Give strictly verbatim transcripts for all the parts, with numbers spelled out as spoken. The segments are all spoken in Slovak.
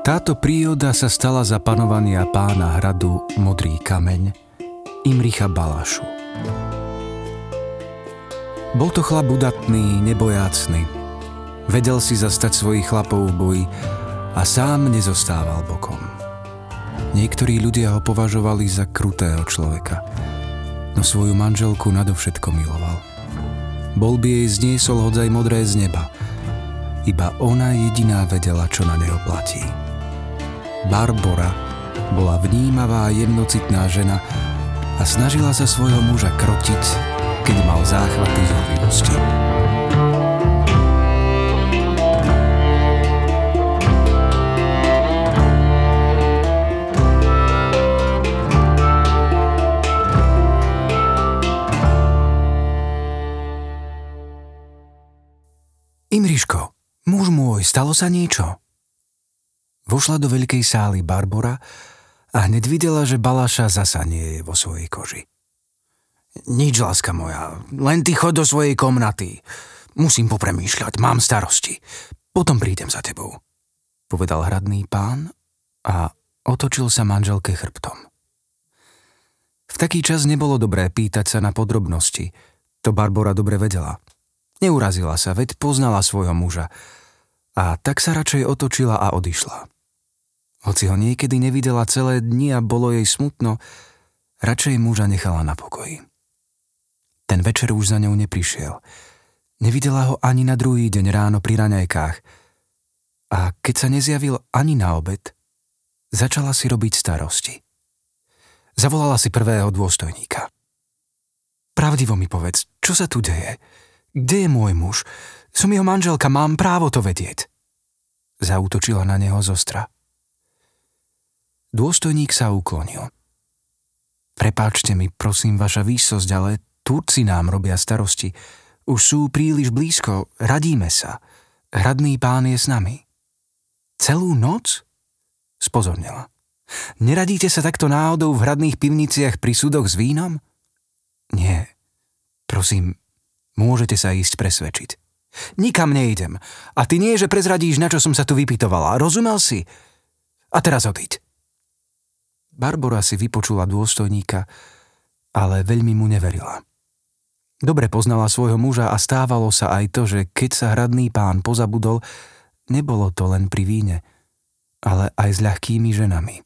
Táto príroda sa stala za panovania pána hradu Modrý kameň, Imricha Balašu. Bol to chlap udatný, nebojácny. Vedel si zastať svojich chlapov v boji a sám nezostával bokom. Niektorí ľudia ho považovali za krutého človeka, no svoju manželku nadovšetko miloval. Bol by jej zniesol hodzaj modré z neba. Iba ona jediná vedela, čo na neho platí. Barbora bola vnímavá a jemnocitná žena a snažila sa svojho muža krotiť, keď mal záchvaty zhovivosti. Imriško, muž môj, stalo sa niečo? Vošla do veľkej sály Barbora a hneď videla, že Balaša zasa nie je vo svojej koži. Nič, láska moja, len ty chod do svojej komnaty. Musím popremýšľať, mám starosti. Potom prídem za tebou, povedal hradný pán a otočil sa manželke chrbtom. V taký čas nebolo dobré pýtať sa na podrobnosti. To Barbora dobre vedela. Neurazila sa, veď poznala svojho muža a tak sa radšej otočila a odišla. Hoci ho niekedy nevidela celé dni a bolo jej smutno, radšej muža nechala na pokoji. Ten večer už za ňou neprišiel. Nevidela ho ani na druhý deň ráno pri raňajkách a keď sa nezjavil ani na obed, začala si robiť starosti. Zavolala si prvého dôstojníka. Pravdivo mi povedz, čo sa tu deje? Kde je môj muž? Som jeho manželka, mám právo to vedieť. Zaútočila na neho zostra. Dôstojník sa uklonil. Prepáčte mi, prosím, vaša výsosť, ale Turci nám robia starosti. Už sú príliš blízko, radíme sa. Hradný pán je s nami. Celú noc? Spozornila. Neradíte sa takto náhodou v hradných pivniciach pri súdoch s vínom? Nie. Prosím, môžete sa ísť presvedčiť. Nikam nejdem. A ty nie, že prezradíš, na čo som sa tu vypytovala. Rozumel si? A teraz odíď. Barbora si vypočula dôstojníka, ale veľmi mu neverila. Dobre poznala svojho muža a stávalo sa aj to, že keď sa hradný pán pozabudol, nebolo to len pri víne, ale aj s ľahkými ženami.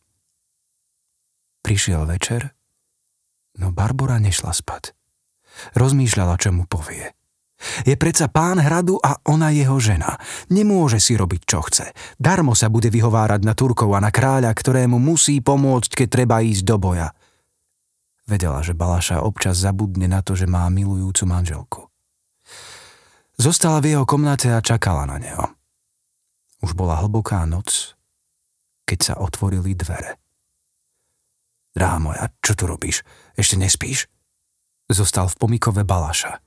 Prišiel večer, no Barbora nešla spať. Rozmýšľala, čo mu povie. Je predsa pán hradu a ona jeho žena. Nemôže si robiť, čo chce. Darmo sa bude vyhovárať na Turkov a na kráľa, ktorému musí pomôcť, keď treba ísť do boja. Vedela, že Balaša občas zabudne na to, že má milujúcu manželku. Zostala v jeho komnate a čakala na neho. Už bola hlboká noc, keď sa otvorili dvere. Drahá moja, čo tu robíš? Ešte nespíš? Zostal v pomykove Balaša.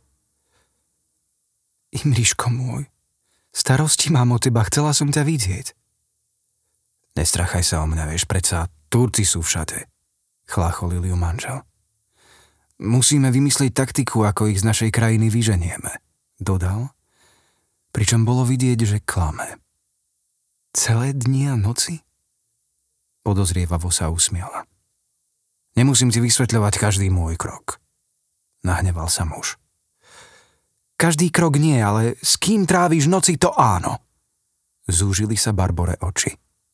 Imriško môj, starosti mám o teba, chcela som ťa vidieť. Nestrachaj sa o mňa, vieš, predsa Turci sú všade, chlácholil ju manžel. Musíme vymyslieť taktiku, ako ich z našej krajiny vyženieme, dodal, pričom bolo vidieť, že klame. Celé dni a noci? Podozrievavo sa usmiala. Nemusím ti vysvetľovať každý môj krok. Nahneval sa muž. Každý krok nie, ale s kým tráviš noci, to áno. Zúžili sa Barbore oči.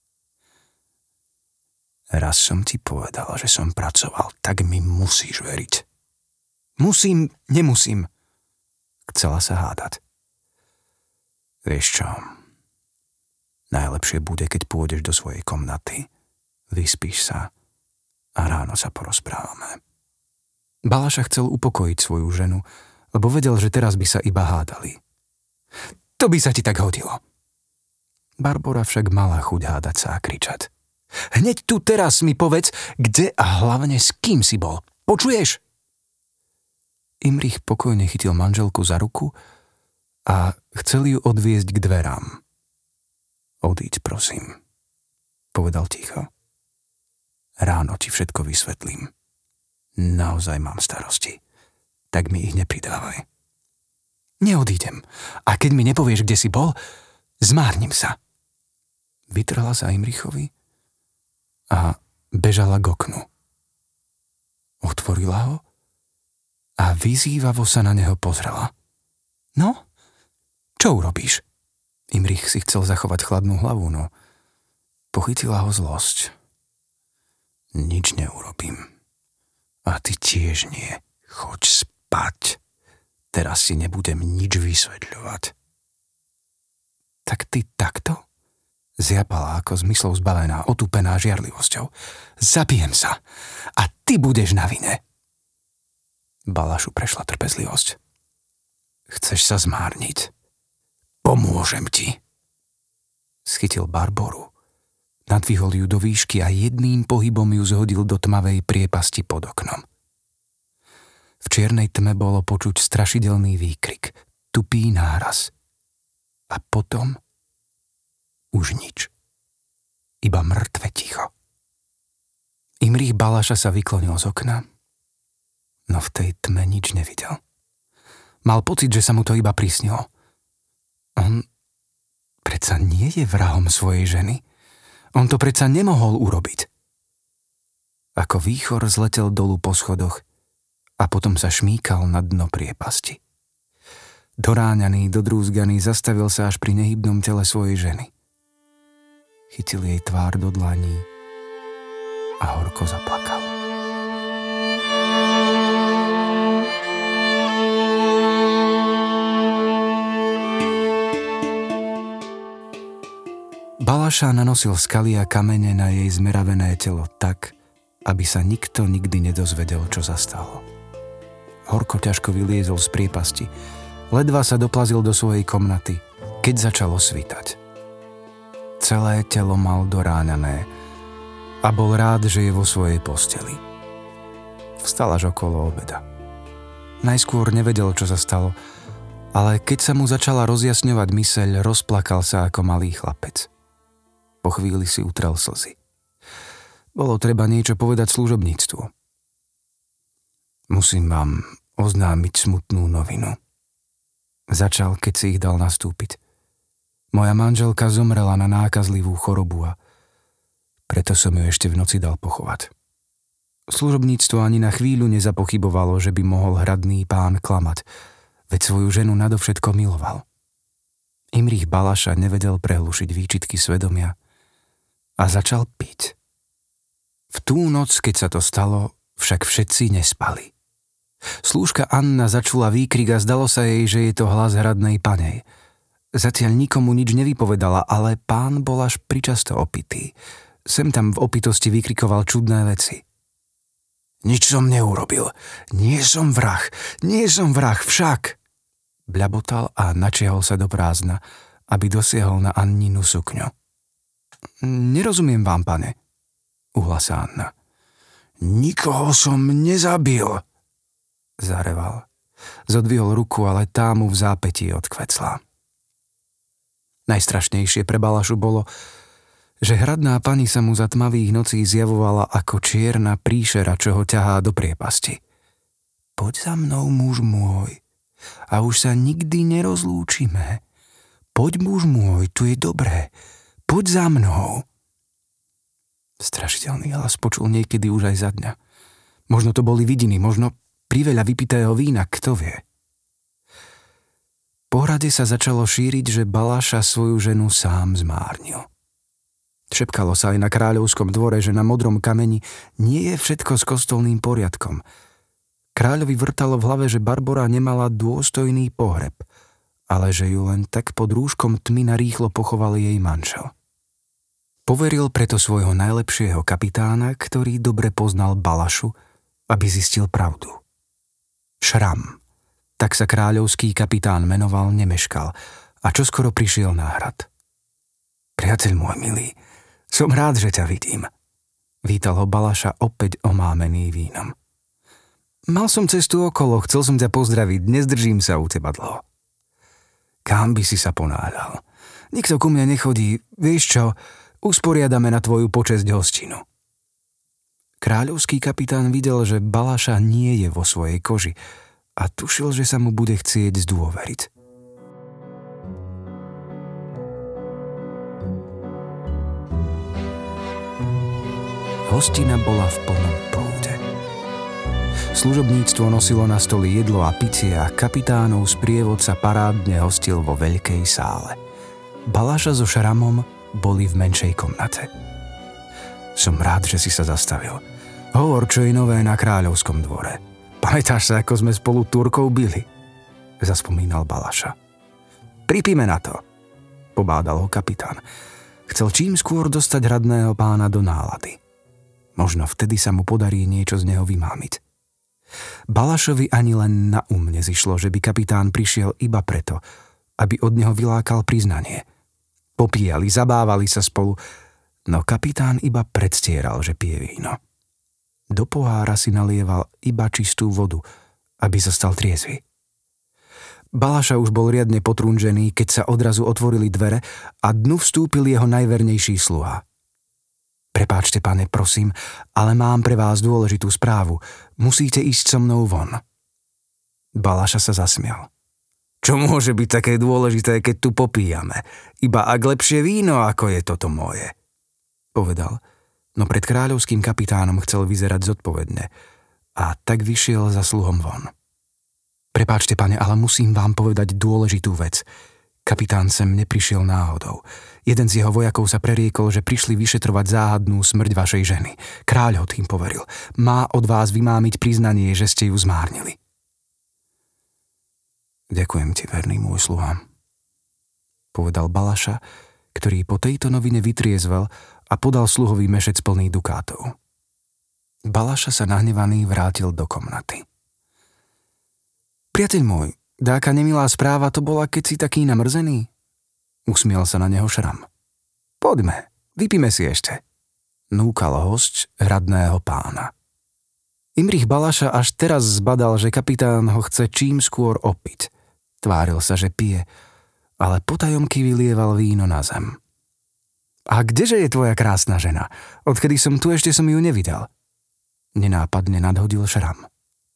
Raz som ti povedala, že som pracoval, tak mi musíš veriť. Musím, nemusím. Chcela sa hádať. Vieš čo? Najlepšie bude, keď pôjdeš do svojej komnaty, vyspíš sa a ráno sa porozprávame. Balaša chcel upokojiť svoju ženu, lebo vedel, že teraz by sa iba hádali. To by sa ti tak hodilo. Barbora však mala chuť hádať sa a kričať. Hneď tu teraz mi povedz, kde a hlavne s kým si bol. Počuješ? Imrich pokojne chytil manželku za ruku a chcel ju odviesť k dverám. Odíď, prosím, povedal ticho. Ráno ti všetko vysvetlím. Naozaj mám starosti. Tak mi ich nepridávaj. Neodídem. A keď mi nepovieš, kde si bol, zmárnim sa. Vytrhla sa Imrichovi a bežala k oknu. Otvorila ho a vyzývavo sa na neho pozrela. No, čo urobíš? Imrich si chcel zachovať chladnú hlavu, no pochytila ho zlosť. Nič neurobím. A ty tiež nie. Choď spať. Teraz si nebudem nič vysvetľovať. Tak ty takto? Zjapala ako zmyslov zbavená, otúpená žiarlivosťou. Zabijem sa a ty budeš na vine. Balašu prešla trpezlivosť. Chceš sa zmárniť? Pomôžem ti. Schytil Barboru, nadvihol ju do výšky a jedným pohybom ju zhodil do tmavej priepasti pod oknom. V čiernej tme bolo počuť strašidelný výkrik, tupý náraz. A potom už nič. Iba mŕtve ticho. Imrich Balaša sa vyklonil z okna, no v tej tme nič nevidel. Mal pocit, že sa mu to iba prisnilo. On predsa nie je vrahom svojej ženy. On to predsa nemohol urobiť. Ako výchor zletel dolu po schodoch a potom sa šmíkal na dno priepasti. Doráňaný, dodrúzganý, zastavil sa až pri nehybnom tele svojej ženy. Chytil jej tvár do dlaní a horko zaplakal. Balaša nanosil skaly a kamene na jej zmeravené telo tak, aby sa nikto nikdy nedozvedel, čo sa stalo. Horko ťažko vyliezol z priepasti. Ledva sa doplazil do svojej komnaty, keď začalo svitať. Celé telo mal doráňané a bol rád, že je vo svojej posteli. Vstal až okolo obeda. Najskôr nevedel, čo sa stalo, ale keď sa mu začala rozjasňovať myseľ, rozplakal sa ako malý chlapec. Po chvíli si utrel slzy. Bolo treba niečo povedať služobníctvu. Musím vám oznámiť smutnú novinu. Začal, keď si ich dal nastúpiť. Moja manželka zomrela na nákazlivú chorobu a preto som ju ešte v noci dal pochovať. Služobníctvo ani na chvíľu nezapochybovalo, že by mohol hradný pán klamať, veď svoju ženu nadovšetko miloval. Imrich Balaša nevedel prehlušiť výčitky svedomia a začal piť. V tú noc, keď sa to stalo, však všetci nespali. Slúžka Anna začula výkrik a zdalo sa jej, že je to hlas hradnej panej. Zatiaľ nikomu nič nevypovedala, ale pán bol až pričasto opitý. Sem tam v opitosti vykrikoval čudné veci. Nič som neurobil. Nie som vrah. Nie som vrah, však. Bľabotal a načiahol sa do prázdna, aby dosiahol na Anninu sukňu. Nerozumiem vám, pane, uhla sa Anna. Nikoho som nezabil, zareval. Zodvihol ruku, ale tá mu v zápätí odkvecla. Najstrašnejšie pre Balašu bolo, že hradná pani sa mu za tmavých nocí zjavovala ako čierna príšera, čo ho ťahá do priepasti. Poď za mnou, muž môj, a už sa nikdy nerozlúčime. Poď, muž môj, tu je dobré. Poď za mnou. Strašidelný hlas počul niekedy už aj za dňa. Možno to boli vidiny, možno priveľa vypitého vína, kto vie. Po hrade sa začalo šíriť, že Balaša svoju ženu sám zmárnil. Šepkalo sa aj na kráľovskom dvore, že na modrom kameni nie je všetko s kostolným poriadkom. Kráľovi vrtalo v hlave, že Barbora nemala dôstojný pohreb, ale že ju len tak pod rúškom tmy narýchlo pochoval jej manžel. Poveril preto svojho najlepšieho kapitána, ktorý dobre poznal Balašu, aby zistil pravdu. Šram, tak sa kráľovský kapitán menoval, nemeškal a čoskoro prišiel na hrad. Priateľ môj milý, som rád, že ťa vidím. Vítal ho Balaša opäť omámený vínom. Mal som cestu okolo, chcel som ťa pozdraviť, nezdržím sa u teba dlho. Kam by si sa ponáhľal? Nikto ku mne nechodí, vieš čo, usporiadame na tvoju počesť hostinu. Kráľovský kapitán videl, že Balaša nie je vo svojej koži a tušil, že sa mu bude chcieť zdôveriť. hostina bola v plnom prúde. Služobníctvo nosilo na stoli jedlo a picie a kapitánov sprievodca parádne hostil vo veľkej sále. Balaša so Šramom boli v menšej komnate. Som rád, že si sa zastavil. Hovor, čo je nové na kráľovskom dvore. Pamätáš sa, ako sme spolu Turkov bili? Zaspomínal Balaša. Pripíme na to, pobádal ho kapitán. Chcel čím skôr dostať hradného pána do nálady. Možno vtedy sa mu podarí niečo z neho vymámiť. Balašovi ani len na um nezišlo, že by kapitán prišiel iba preto, aby od neho vylákal priznanie. Popíjali, zabávali sa spolu, no kapitán iba predstieral, že pije víno. Do pohára si nalieval iba čistú vodu, aby zostal triezvy. Balaša už bol riadne potrúnžený, keď sa odrazu otvorili dvere a dnu vstúpil jeho najvernejší sluha. Prepáčte, pane, prosím, ale mám pre vás dôležitú správu. Musíte ísť so mnou von. Balaša sa zasmial. Čo môže byť také dôležité, keď tu popíjame? Iba ak lepšie víno, ako je toto moje, povedal, no pred kráľovským kapitánom chcel vyzerať zodpovedne a tak vyšiel za sluhom von. Prepáčte, pane, ale musím vám povedať dôležitú vec. Kapitán sem neprišiel náhodou. Jeden z jeho vojakov sa preriekol, že prišli vyšetrovať záhadnú smrť vašej ženy. Kráľ ho tým poveril. Má od vás vymámiť priznanie, že ste ju zmárnili. Ďakujem ti, verný môj sluha, povedal Balaša, ktorý po tejto novine vytriezvel a podal sluhovi mešec plný dukátov. Balaša sa nahnevaný vrátil do komnaty. Priateľ môj, dáka nemilá správa to bola, keď si taký namrzený? Usmiel sa na neho Šram. Poďme, vypíme si ešte, núkal hosť hradného pána. Imrich Balaša až teraz zbadal, že kapitán ho chce čím skôr opiť. Tváril sa, že pije, ale potajomky vylieval víno na zem. A kdeže je tvoja krásna žena? Odkedy som tu, ešte som ju nevidel. Nenápadne nadhodil Šram.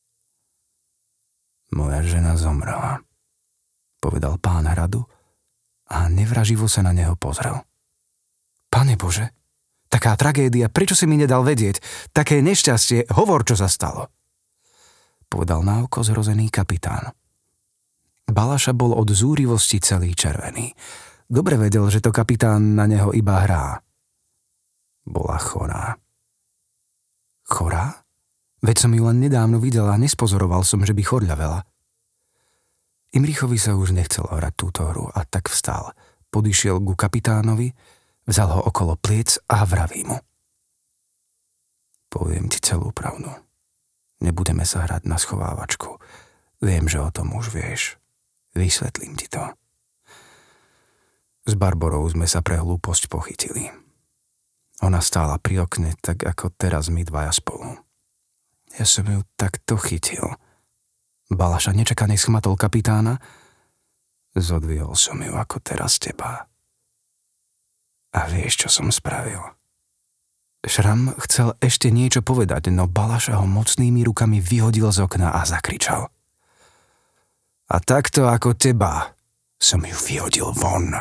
Moja žena zomrela, povedal pán hradu a nevraživo sa na neho pozrel. Pane Bože, taká tragédia, prečo si mi nedal vedieť? Také nešťastie, hovor, čo sa stalo, povedal na oko zhrozený kapitán. Balaša bol od zúrivosti celý červený. Dobre vedel, že to kapitán na neho iba hrá. Bola chorá. Chorá? Veď som ju len nedávno videl a nespozoroval som, že by chorľavela. Imrichovi sa už nechcelo hrať túto hru a tak vstal. Podišiel ku kapitánovi, vzal ho okolo pliec a vraví mu. Poviem ti celú pravdu. Nebudeme sa hrať na schovávačku. Viem, že o tom už vieš. Vysvetlím ti to. S Barborou sme sa pre hlúposť pochytili. Ona stála pri okne, tak ako teraz my dvaja spolu. Ja som ju takto chytil. Balaša nečakane schmatol kapitána. Zodvihol som ju ako teraz teba. A vieš, čo som spravil? Šram chcel ešte niečo povedať, no Balaša ho mocnými rukami vyhodil z okna a zakričal. A takto ako teba som ju vyhodil von.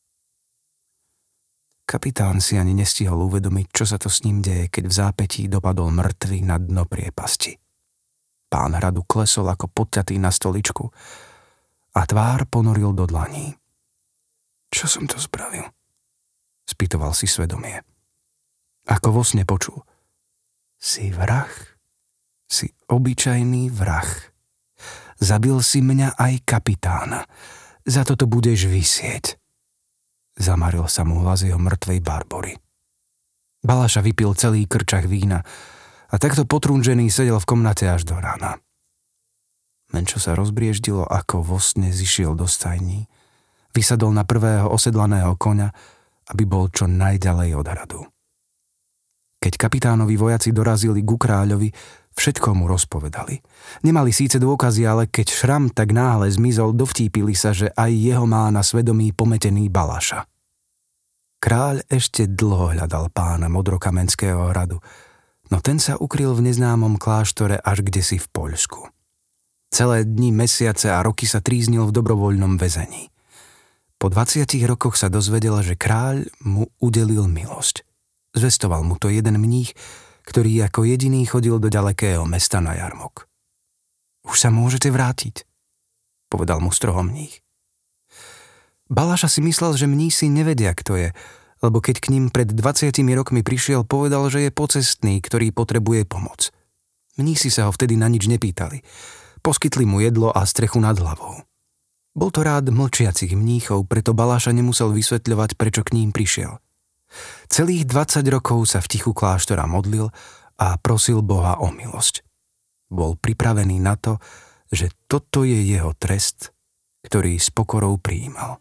Kapitán si ani nestihol uvedomiť, čo sa to s ním deje, keď v zápätí dopadol mŕtvy na dno priepasti. Pán hradu klesol ako podťatý na stoličku a tvár ponoril do dlaní. Čo som to spravil? Spýtoval si svedomie. Ako vo sne počul. Si vrah, si obyčajný vrah. Zabil si mňa aj kapitána. Za toto budeš visieť. Zamaril sa mu hlas jeho mŕtvej Barbory. Balaša vypil celý krčach vína a takto potrúnžený sedel v komnate až do rána. Menčo sa rozbrieždilo, ako vo sne zišiel do stajní, vysadol na prvého osedlaného koňa, aby bol čo najďalej od hradu. Keď kapitánovi vojaci dorazili ku kráľovi, všetko mu rozpovedali. Nemali síce dôkazy, ale keď Šram tak náhle zmizol, dovtípili sa, že aj jeho má na svedomí pometený Balaša. Kráľ ešte dlho hľadal pána modrokamenského hradu, no ten sa ukryl v neznámom kláštore až kdesi v Poľsku. Celé dni, mesiace a roky sa tríznil v dobrovoľnom väzení. Po dvadsiatich rokoch sa dozvedel, že kráľ mu udelil milosť. Zvestoval mu to jeden mních, ktorý ako jediný chodil do ďalekého mesta na jarmok. Už sa môžete vrátiť, povedal mu stroho mních. Baláša si myslel, že mnísi nevedia, kto je, lebo keď k ním pred dvadsiatimi rokmi prišiel, povedal, že je pocestný, ktorý potrebuje pomoc. Mnísi sa ho vtedy na nič nepýtali. Poskytli mu jedlo a strechu nad hlavou. Bol to rád mlčiacich mníchov, preto Baláša nemusel vysvetľovať, prečo k ním prišiel. Celých dvadsať rokov sa v tichu kláštora modlil a prosil Boha o milosť. Bol pripravený na to, že toto je jeho trest, ktorý s pokorou prijímal.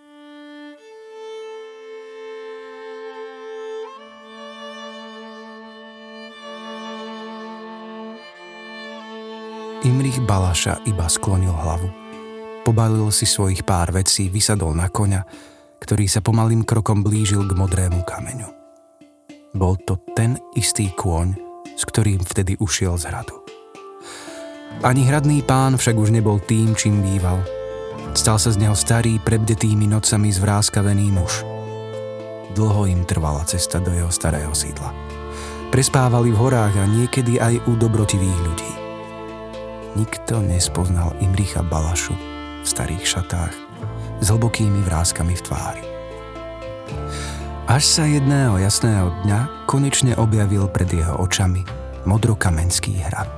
Imrich Baláša iba sklonil hlavu. Pobalil si svojich pár vecí, vysadol na koňa, ktorý sa pomalým krokom blížil k modrému kameňu. Bol to ten istý kôň, s ktorým vtedy ušiel z hradu. Ani hradný pán však už nebol tým, čím býval. Stal sa z neho starý, prebdetými nocami zvráskavený muž. Dlho im trvala cesta do jeho starého sídla. Prespávali v horách a niekedy aj u dobrotivých ľudí. Nikto nespoznal Imricha Balášu v starých šatách s hlbokými vráskami v tvári. Až sa jedného jasného dňa konečne objavil pred jeho očami modrokamenský hrad.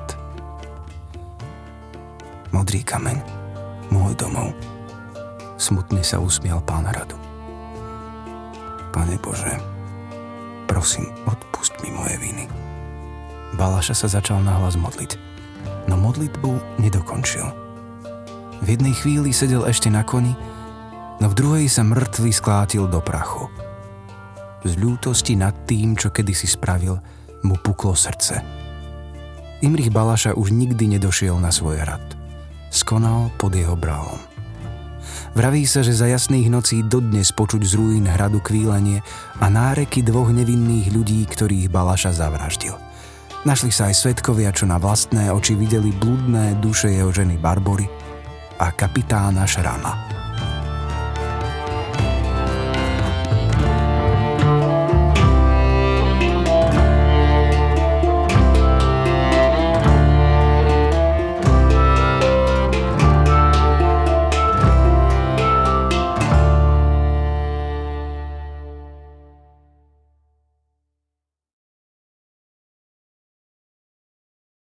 Modrý kameň, môj domov. Smutne sa usmial pán hradu. Pane Bože, prosím, odpusť mi moje viny. Baláša sa začal nahlas modliť, no modlitbu nedokončil. V jednej chvíli sedel ešte na koni, no v druhej sa mŕtvy sklátil do prachu. Z ľútosti nad tým, čo kedysi spravil, mu puklo srdce. Imrich Baláša už nikdy nedošiel na svoj hrad. Skonal pod jeho brálom. Vraví sa, že za jasných nocí dodnes počuť z ruín hradu kvílenie a náreky dvoch nevinných ľudí, ktorých Baláša zavraždil. Našli sa aj svedkovia, čo na vlastné oči videli blúdne duše jeho ženy Barbory a kapitána Šrama.